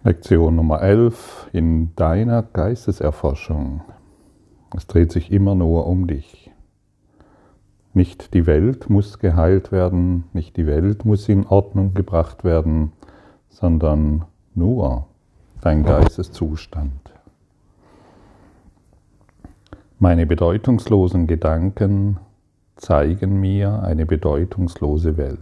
Lektion Nummer 11 in deiner Geisteserforschung. Es dreht sich immer nur um dich. Nicht die Welt muss geheilt werden, nicht die Welt muss in Ordnung gebracht werden, sondern nur dein Geisteszustand. Meine bedeutungslosen Gedanken zeigen mir eine bedeutungslose Welt.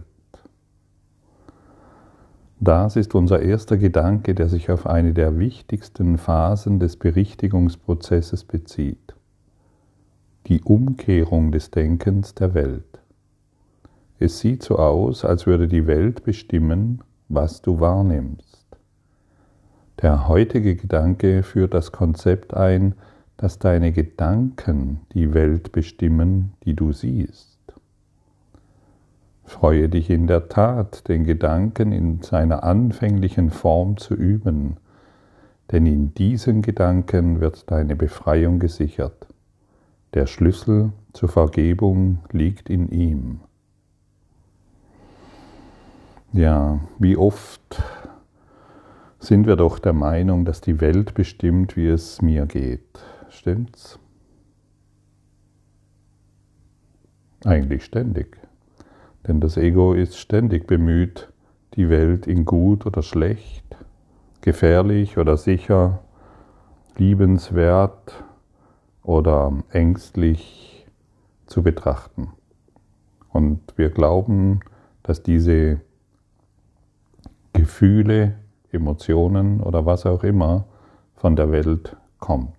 Das ist unser erster Gedanke, der sich auf eine der wichtigsten Phasen des Berichtigungsprozesses bezieht. Die Umkehrung des Denkens der Welt. Es sieht so aus, als würde die Welt bestimmen, was du wahrnimmst. Der heutige Gedanke führt das Konzept ein, dass deine Gedanken die Welt bestimmen, die du siehst. Freue dich in der Tat, den Gedanken in seiner anfänglichen Form zu üben, denn in diesen Gedanken wird deine Befreiung gesichert. Der Schlüssel zur Vergebung liegt in ihm. Ja, wie oft sind wir doch der Meinung, dass die Welt bestimmt, wie es mir geht. Stimmt's? Eigentlich ständig. Denn das Ego ist ständig bemüht, die Welt in gut oder schlecht, gefährlich oder sicher, liebenswert oder ängstlich zu betrachten. Und wir glauben, dass diese Gefühle, Emotionen oder was auch immer von der Welt kommt.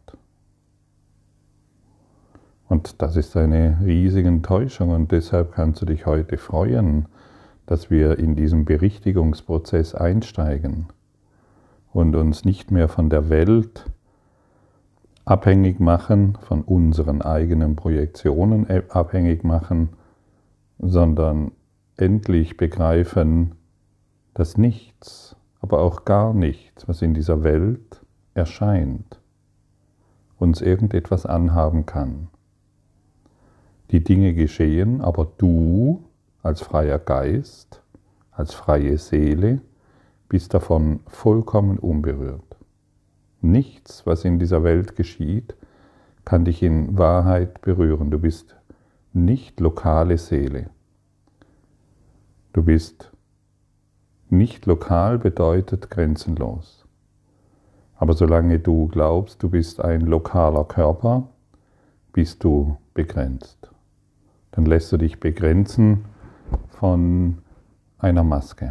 Und das ist eine riesige Enttäuschung und deshalb kannst du dich heute freuen, dass wir in diesen Berichtigungsprozess einsteigen und uns nicht mehr von der Welt abhängig machen, von unseren eigenen Projektionen abhängig machen, sondern endlich begreifen, dass nichts, aber auch gar nichts, was in dieser Welt erscheint, uns irgendetwas anhaben kann. Die Dinge geschehen, aber du als freier Geist, als freie Seele, bist davon vollkommen unberührt. Nichts, was in dieser Welt geschieht, kann dich in Wahrheit berühren. Du bist nicht lokale Seele. Du bist nicht lokal bedeutet grenzenlos. Aber solange du glaubst, du bist ein lokaler Körper, bist du begrenzt. Dann lässt du dich begrenzen von einer Maske.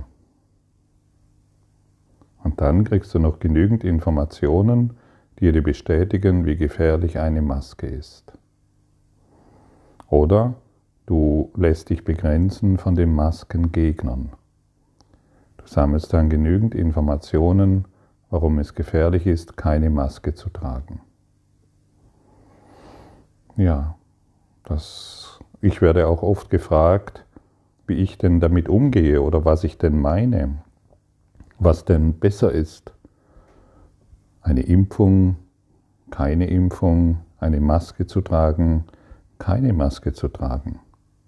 Und dann kriegst du noch genügend Informationen, die dir bestätigen, wie gefährlich eine Maske ist. Oder du lässt dich begrenzen von den Maskengegnern. Du sammelst dann genügend Informationen, warum es gefährlich ist, keine Maske zu tragen. Ja, ich werde auch oft gefragt, wie ich denn damit umgehe oder was ich denn meine, was denn besser ist. Eine Impfung, keine Impfung, eine Maske zu tragen, keine Maske zu tragen.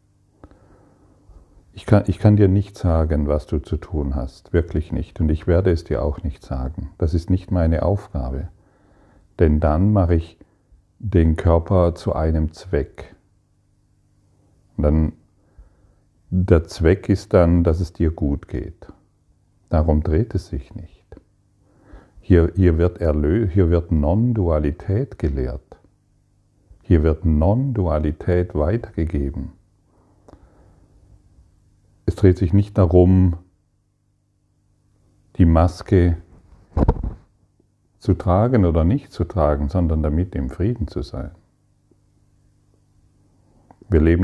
Ich kann dir nicht sagen, was du zu tun hast, wirklich nicht. Und ich werde es dir auch nicht sagen. Das ist nicht meine Aufgabe. Denn dann mache ich den Körper zu einem Zweck. Und dann, der Zweck ist dann, dass es dir gut geht. Darum dreht es sich nicht. Hier wird Non-Dualität gelehrt. Hier wird Non-Dualität weitergegeben. Es dreht sich nicht darum, die Maske zu tragen oder nicht zu tragen, sondern damit im Frieden zu sein. Wir leben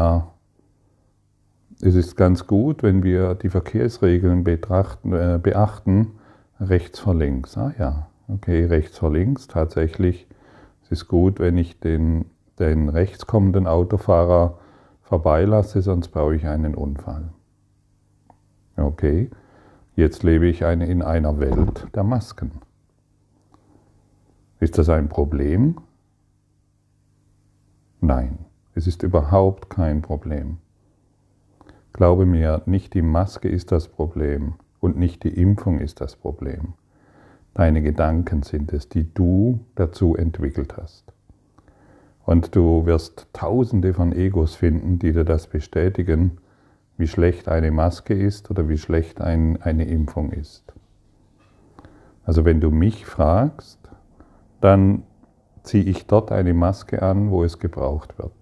es ist ganz gut, wenn wir die Verkehrsregeln beachten, rechts vor links. Ah ja, okay, rechts vor links, tatsächlich. Es ist gut, wenn ich den rechts kommenden Autofahrer vorbeilasse, sonst baue ich einen Unfall. Okay, jetzt lebe ich in einer Welt der Masken. Ist das ein Problem? Nein. Es ist überhaupt kein Problem. Glaube mir, nicht die Maske ist das Problem und nicht die Impfung ist das Problem. Deine Gedanken sind es, die du dazu entwickelt hast. Und du wirst Tausende von Egos finden, die dir das bestätigen, wie schlecht eine Maske ist oder wie schlecht eine Impfung ist. Also wenn du mich fragst, dann ziehe ich dort eine Maske an, wo es gebraucht wird.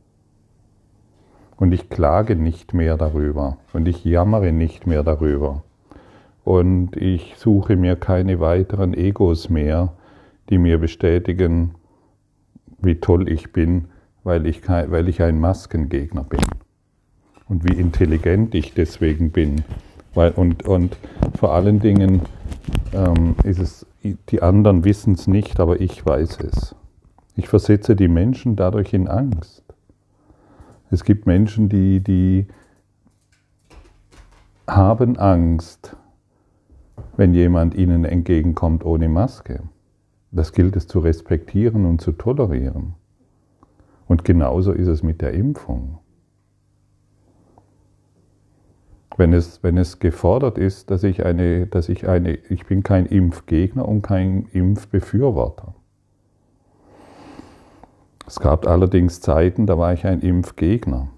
Und ich klage nicht mehr darüber und ich jammere nicht mehr darüber. Und ich suche mir keine weiteren Egos mehr, die mir bestätigen, wie toll ich bin, weil ich ein Maskengegner bin. Und wie intelligent ich deswegen bin. Und vor allen Dingen ist es, die anderen wissen es nicht, aber ich weiß es. Ich versetze die Menschen dadurch in Angst. Es gibt Menschen, die haben Angst, wenn jemand ihnen entgegenkommt ohne Maske. Das gilt es zu respektieren und zu tolerieren. Und genauso ist es mit der Impfung. Wenn es gefordert ist, ich bin kein Impfgegner und kein Impfbefürworter. Es gab allerdings Zeiten, da war ich ein Impfgegner.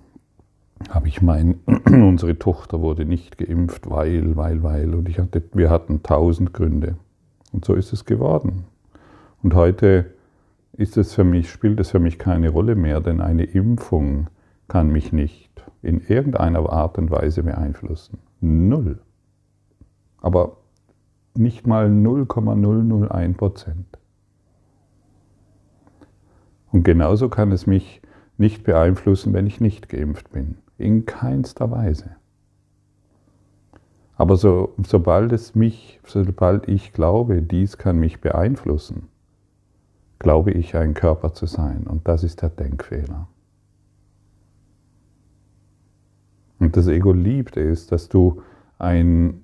Unsere Tochter wurde nicht geimpft, weil. Und wir hatten 1000 Gründe. Und so ist es geworden. Und heute spielt es für mich keine Rolle mehr, denn eine Impfung kann mich nicht in irgendeiner Art und Weise beeinflussen. Null. Aber nicht mal 0,001%. Und genauso kann es mich nicht beeinflussen, wenn ich nicht geimpft bin. In keinster Weise. Aber sobald ich glaube, dies kann mich beeinflussen, glaube ich, ein Körper zu sein. Und das ist der Denkfehler. Und das Ego liebt es, dass du ein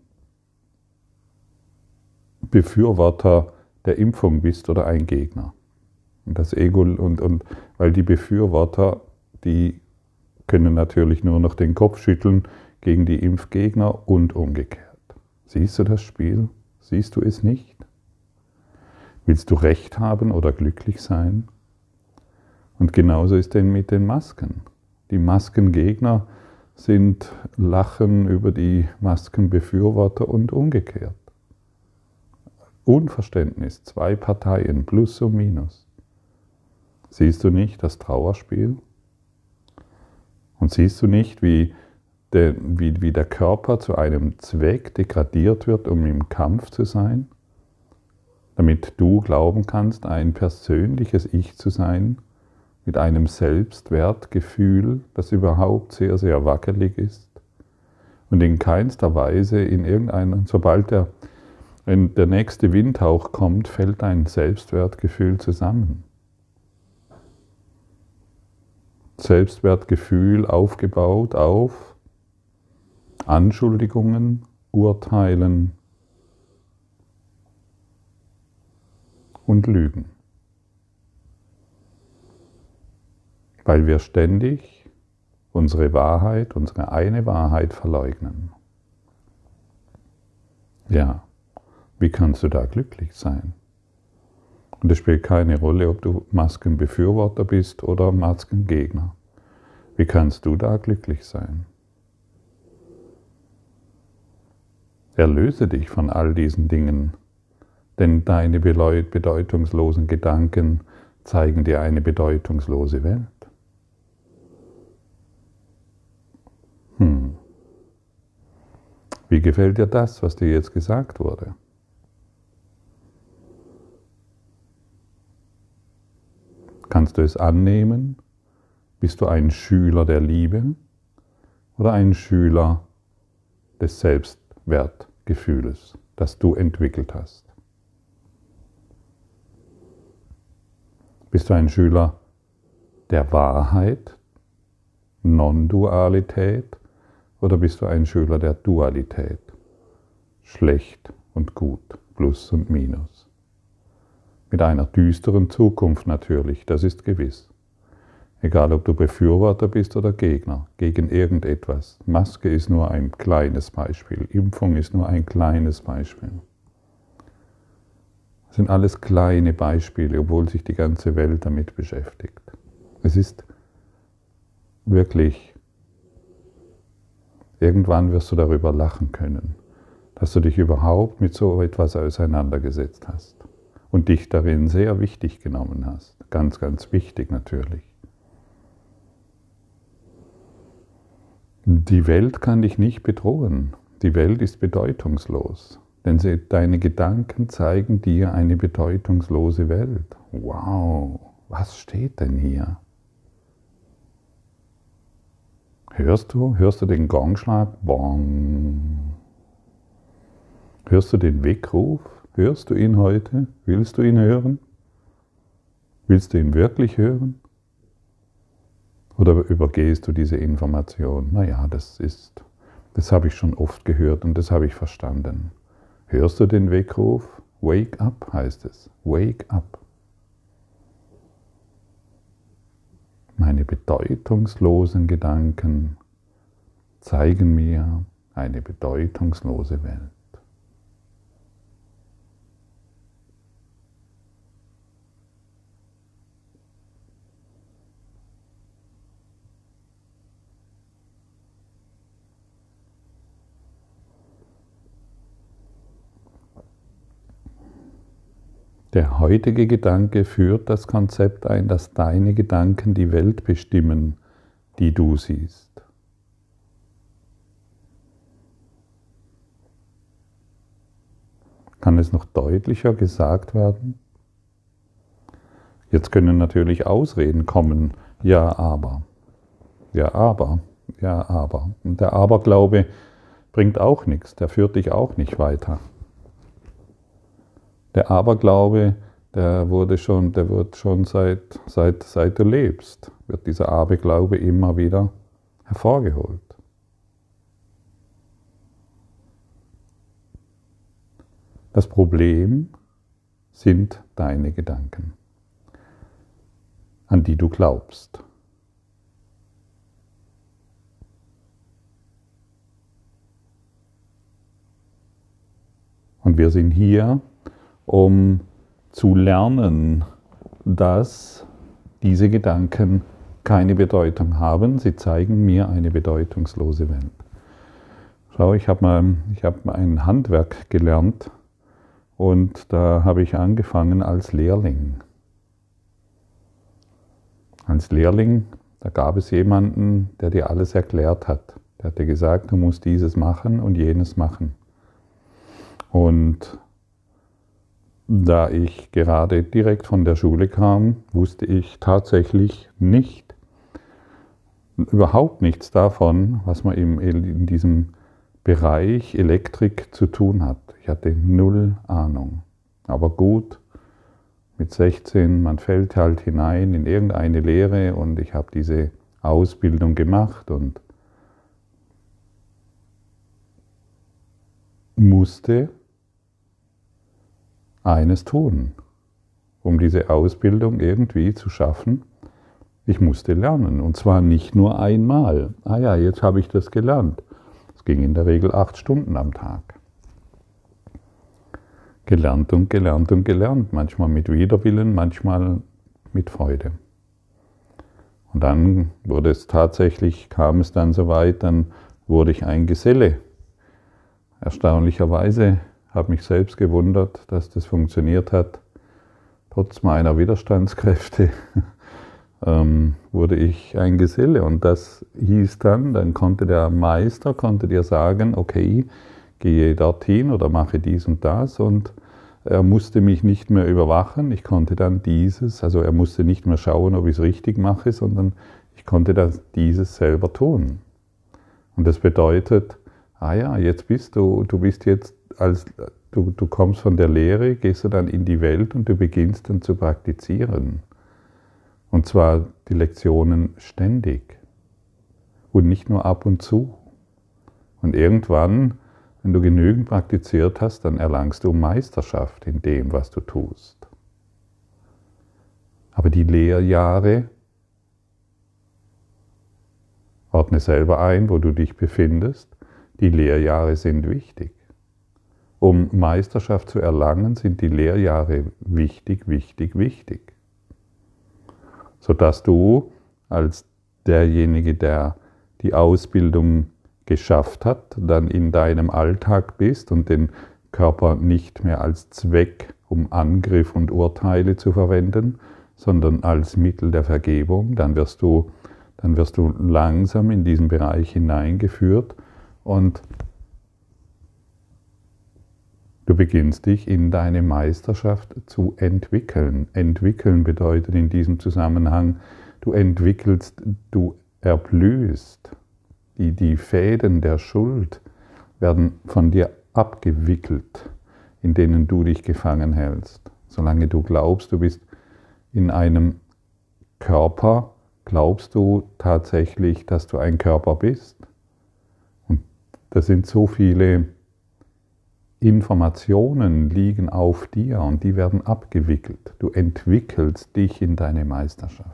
Befürworter der Impfung bist oder ein Gegner. Und das Ego, weil die Befürworter, die können natürlich nur noch den Kopf schütteln gegen die Impfgegner und umgekehrt. Siehst du das Spiel? Siehst du es nicht? Willst du Recht haben oder glücklich sein? Und genauso ist es mit den Masken. Die Maskengegner lachen über die Maskenbefürworter und umgekehrt. Unverständnis, 2 Parteien, Plus und Minus. Siehst du nicht das Trauerspiel? Und siehst du nicht, wie der Körper zu einem Zweck degradiert wird, um im Kampf zu sein? Damit du glauben kannst, ein persönliches Ich zu sein, mit einem Selbstwertgefühl, das überhaupt sehr, sehr wackelig ist und in keinster Weise sobald der nächste Windhauch kommt, fällt dein Selbstwertgefühl zusammen. Selbstwertgefühl aufgebaut auf Anschuldigungen, Urteilen und Lügen. Weil wir ständig unsere eine Wahrheit verleugnen. Ja, wie kannst du da glücklich sein? Und es spielt keine Rolle, ob du Maskenbefürworter bist oder Maskengegner. Wie kannst du da glücklich sein? Erlöse dich von all diesen Dingen, denn deine bedeutungslosen Gedanken zeigen dir eine bedeutungslose Welt. Wie gefällt dir das, was dir jetzt gesagt wurde? Kannst du es annehmen? Bist du ein Schüler der Liebe oder ein Schüler des Selbstwertgefühls, das du entwickelt hast? Bist du ein Schüler der Wahrheit, Non-Dualität, oder bist du ein Schüler der Dualität, schlecht und gut, Plus und Minus? Mit einer düsteren Zukunft natürlich, das ist gewiss. Egal, ob du Befürworter bist oder Gegner, gegen irgendetwas. Maske ist nur ein kleines Beispiel, Impfung ist nur ein kleines Beispiel. Das sind alles kleine Beispiele, obwohl sich die ganze Welt damit beschäftigt. Es ist wirklich, irgendwann wirst du darüber lachen können, dass du dich überhaupt mit so etwas auseinandergesetzt hast und dich darin sehr wichtig genommen hast. Ganz, ganz wichtig natürlich. Die Welt kann dich nicht bedrohen. Die Welt ist bedeutungslos. Denn deine Gedanken zeigen dir eine bedeutungslose Welt. Wow, was steht denn hier? Hörst du den Gongschlag? Bong. Hörst du den Weckruf? Hörst du ihn heute? Willst du ihn hören? Willst du ihn wirklich hören? Oder übergehst du diese Information? Naja, das habe ich schon oft gehört und das habe ich verstanden. Hörst du den Weckruf? Wake up heißt es. Wake up. Meine bedeutungslosen Gedanken zeigen mir eine bedeutungslose Welt. Der heutige Gedanke führt das Konzept ein, dass deine Gedanken die Welt bestimmen, die du siehst. Kann es noch deutlicher gesagt werden? Jetzt können natürlich Ausreden kommen. Ja, aber. Ja, aber. Ja, aber. Und der Aberglaube bringt auch nichts, der führt dich auch nicht weiter. Der Aberglaube, der wird schon seit du lebst, wird dieser Aberglaube immer wieder hervorgeholt. Das Problem sind deine Gedanken, an die du glaubst. Und wir sind hier, um zu lernen, dass diese Gedanken keine Bedeutung haben. Sie zeigen mir eine bedeutungslose Welt. Schau, ich habe ein Handwerk gelernt und da habe ich angefangen als Lehrling. Als Lehrling, da gab es jemanden, der dir alles erklärt hat. Der hat dir gesagt, du musst dieses machen und jenes machen. Und da ich gerade direkt von der Schule kam, wusste ich tatsächlich überhaupt nichts davon, was man in diesem Bereich Elektrik zu tun hat. Ich hatte null Ahnung. Aber gut, mit 16, man fällt halt hinein in irgendeine Lehre und ich habe diese Ausbildung gemacht und musste eines tun, um diese Ausbildung irgendwie zu schaffen. Ich musste lernen und zwar nicht nur einmal. Ah ja, jetzt habe ich das gelernt. Es ging in der Regel 8 Stunden am Tag. Gelernt und gelernt und gelernt, manchmal mit Widerwillen, manchmal mit Freude. Und dann kam es dann so weit, dann wurde ich ein Geselle. Erstaunlicherweise habe mich selbst gewundert, dass das funktioniert hat. Trotz meiner Widerstandskräfte wurde ich ein Geselle. Und das hieß dann konnte der Meister dir sagen, okay, gehe dorthin oder mache dies und das. Und er musste mich nicht mehr überwachen. Ich konnte dann er musste nicht mehr schauen, ob ich es richtig mache, sondern ich konnte dann dieses selber tun. Und das bedeutet, jetzt du kommst von der Lehre, gehst du dann in die Welt und du beginnst dann zu praktizieren. Und zwar die Lektionen ständig und nicht nur ab und zu. Und irgendwann, wenn du genügend praktiziert hast, dann erlangst du Meisterschaft in dem, was du tust. Aber die Lehrjahre, ordne selber ein, wo du dich befindest, die Lehrjahre sind wichtig, um Meisterschaft zu erlangen, sind die Lehrjahre wichtig, wichtig, wichtig. Sodass du als derjenige, der die Ausbildung geschafft hat, dann in deinem Alltag bist und den Körper nicht mehr als Zweck, um Angriff und Urteile zu verwenden, sondern als Mittel der Vergebung, dann wirst du langsam in diesen Bereich hineingeführt und du beginnst dich in deine Meisterschaft zu entwickeln. Entwickeln bedeutet in diesem Zusammenhang, du entwickelst, du erblühst. Die Fäden der Schuld werden von dir abgewickelt, in denen du dich gefangen hältst. Solange du glaubst, du bist in einem Körper, glaubst du tatsächlich, dass du ein Körper bist. Und da sind so viele Informationen liegen auf dir und die werden abgewickelt. Du entwickelst dich in deine Meisterschaft.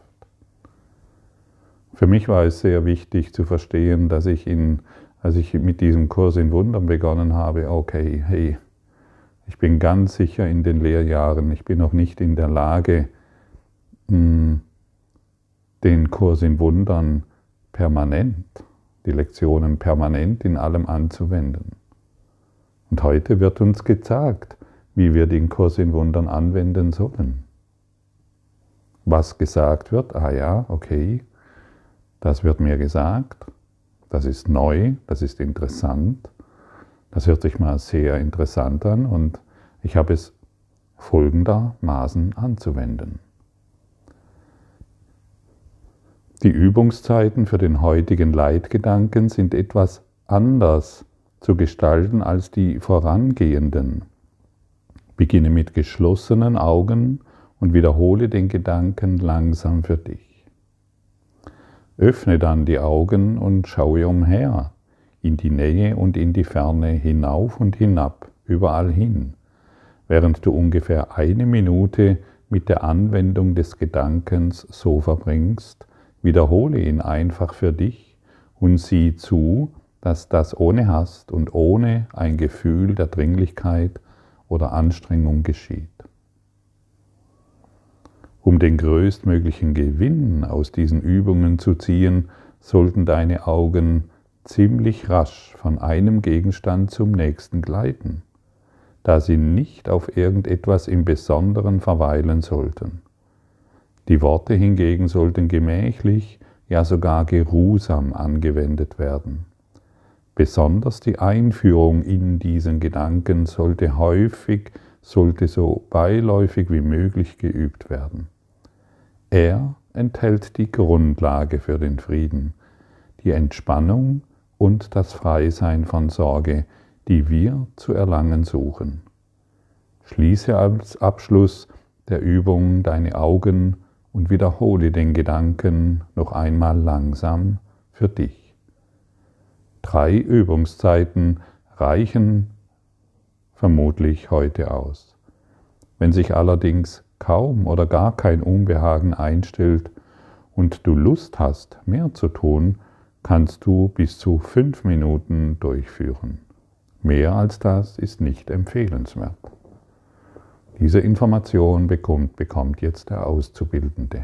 Für mich war es sehr wichtig zu verstehen, dass als ich mit diesem Kurs in Wundern begonnen habe, okay, hey, ich bin ganz sicher in den Lehrjahren, ich bin noch nicht in der Lage, den Kurs in Wundern permanent, die Lektionen permanent in allem anzuwenden. Und heute wird uns gesagt, wie wir den Kurs in Wundern anwenden sollen. Was gesagt wird, ja, okay, das wird mir gesagt, das ist neu, das ist interessant, das hört sich mal sehr interessant an und ich habe es folgendermaßen anzuwenden. Die Übungszeiten für den heutigen Leitgedanken sind etwas anders zu gestalten als die vorangehenden. Beginne mit geschlossenen Augen und wiederhole den Gedanken langsam für dich. Öffne dann die Augen und schaue umher, in die Nähe und in die Ferne, hinauf und hinab, überall hin, während du ungefähr 1 Minute mit der Anwendung des Gedankens so verbringst. Wiederhole ihn einfach für dich und sieh zu, dass das ohne Hast und ohne ein Gefühl der Dringlichkeit oder Anstrengung geschieht. Um den größtmöglichen Gewinn aus diesen Übungen zu ziehen, sollten deine Augen ziemlich rasch von einem Gegenstand zum nächsten gleiten, da sie nicht auf irgendetwas im Besonderen verweilen sollten. Die Worte hingegen sollten gemächlich, ja sogar geruhsam angewendet werden. Besonders die Einführung in diesen Gedanken sollte so beiläufig wie möglich geübt werden. Er enthält die Grundlage für den Frieden, die Entspannung und das Freisein von Sorge, die wir zu erlangen suchen. Schließe als Abschluss der Übung deine Augen und wiederhole den Gedanken noch einmal langsam für dich. 3 Übungszeiten reichen vermutlich heute aus. Wenn sich allerdings kaum oder gar kein Unbehagen einstellt und du Lust hast, mehr zu tun, kannst du bis zu 5 Minuten durchführen. Mehr als das ist nicht empfehlenswert. Diese Information bekommt jetzt der Auszubildende.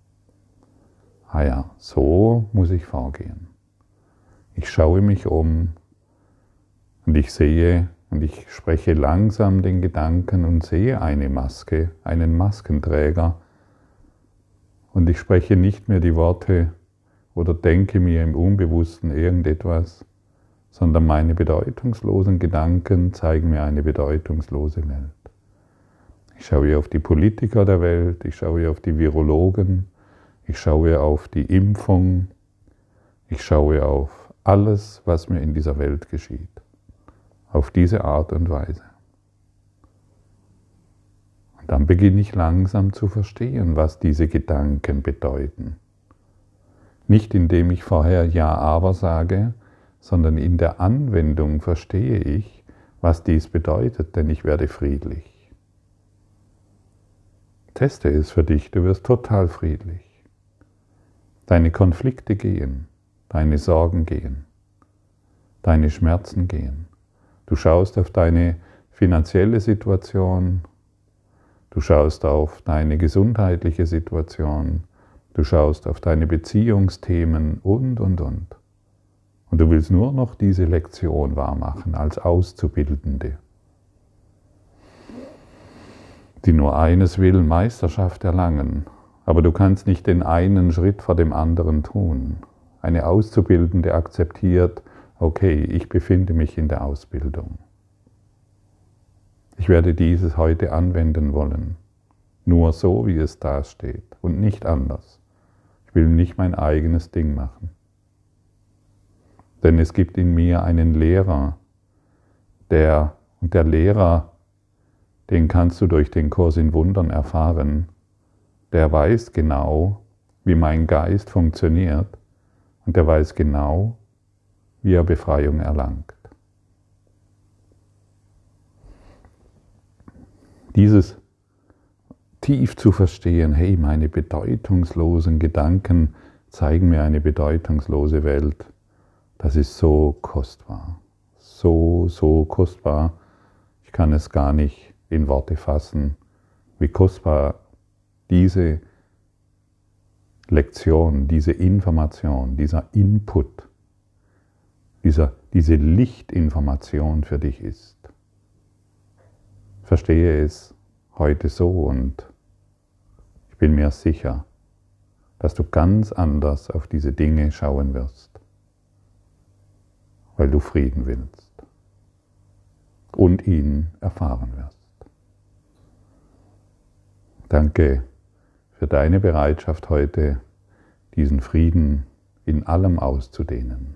Ja, so muss ich vorgehen. Ich schaue mich um und ich sehe und ich spreche langsam den Gedanken und sehe eine Maske, einen Maskenträger. Und ich spreche nicht mehr die Worte oder denke mir im Unbewussten irgendetwas, sondern meine bedeutungslosen Gedanken zeigen mir eine bedeutungslose Welt. Ich schaue auf die Politiker der Welt, ich schaue auf die Virologen, ich schaue auf die Impfung, ich schaue auf alles, was mir in dieser Welt geschieht. Auf diese Art und Weise. Und dann beginne ich langsam zu verstehen, was diese Gedanken bedeuten. Nicht indem ich vorher Ja, aber sage, sondern in der Anwendung verstehe ich, was dies bedeutet, denn ich werde friedlich. Teste es für dich, du wirst total friedlich. Deine Konflikte gehen, deine Sorgen gehen, deine Schmerzen gehen. Du schaust auf deine finanzielle Situation, du schaust auf deine gesundheitliche Situation, du schaust auf deine Beziehungsthemen und. Und du willst nur noch diese Lektion wahrmachen als Auszubildende, die nur eines will, Meisterschaft erlangen. Aber du kannst nicht den einen Schritt vor dem anderen tun. Eine Auszubildende akzeptiert, okay, ich befinde mich in der Ausbildung. Ich werde dieses heute anwenden wollen. Nur so, wie es da steht und nicht anders. Ich will nicht mein eigenes Ding machen. Denn es gibt in mir einen Lehrer, der Lehrer, den kannst du durch den Kurs in Wundern erfahren, der weiß genau, wie mein Geist funktioniert und der weiß genau, wie er Befreiung erlangt. Dieses tief zu verstehen, hey, meine bedeutungslosen Gedanken zeigen mir eine bedeutungslose Welt, das ist so kostbar, so kostbar. Ich kann es gar nicht in Worte fassen, wie kostbar diese Lektion, diese Information, dieser Input, diese Lichtinformation für dich ist. Verstehe es heute so und ich bin mir sicher, dass du ganz anders auf diese Dinge schauen wirst, weil du Frieden willst und ihn erfahren wirst. Danke für deine Bereitschaft heute, diesen Frieden in allem auszudehnen.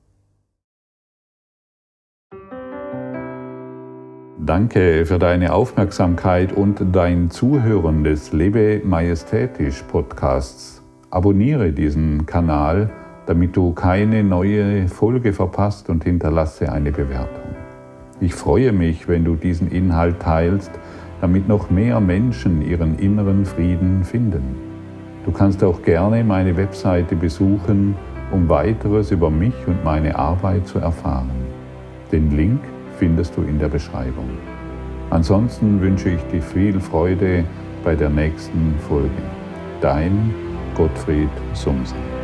Danke für deine Aufmerksamkeit und dein Zuhören des Lebe Majestätisch Podcasts. Abonniere diesen Kanal, damit du keine neue Folge verpasst und hinterlasse eine Bewertung. Ich freue mich, wenn du diesen Inhalt teilst, damit noch mehr Menschen ihren inneren Frieden finden. Du kannst auch gerne meine Webseite besuchen, um weiteres über mich und meine Arbeit zu erfahren. Den Link findest du in der Beschreibung. Ansonsten wünsche ich dir viel Freude bei der nächsten Folge. Dein Gottfried Sumsen.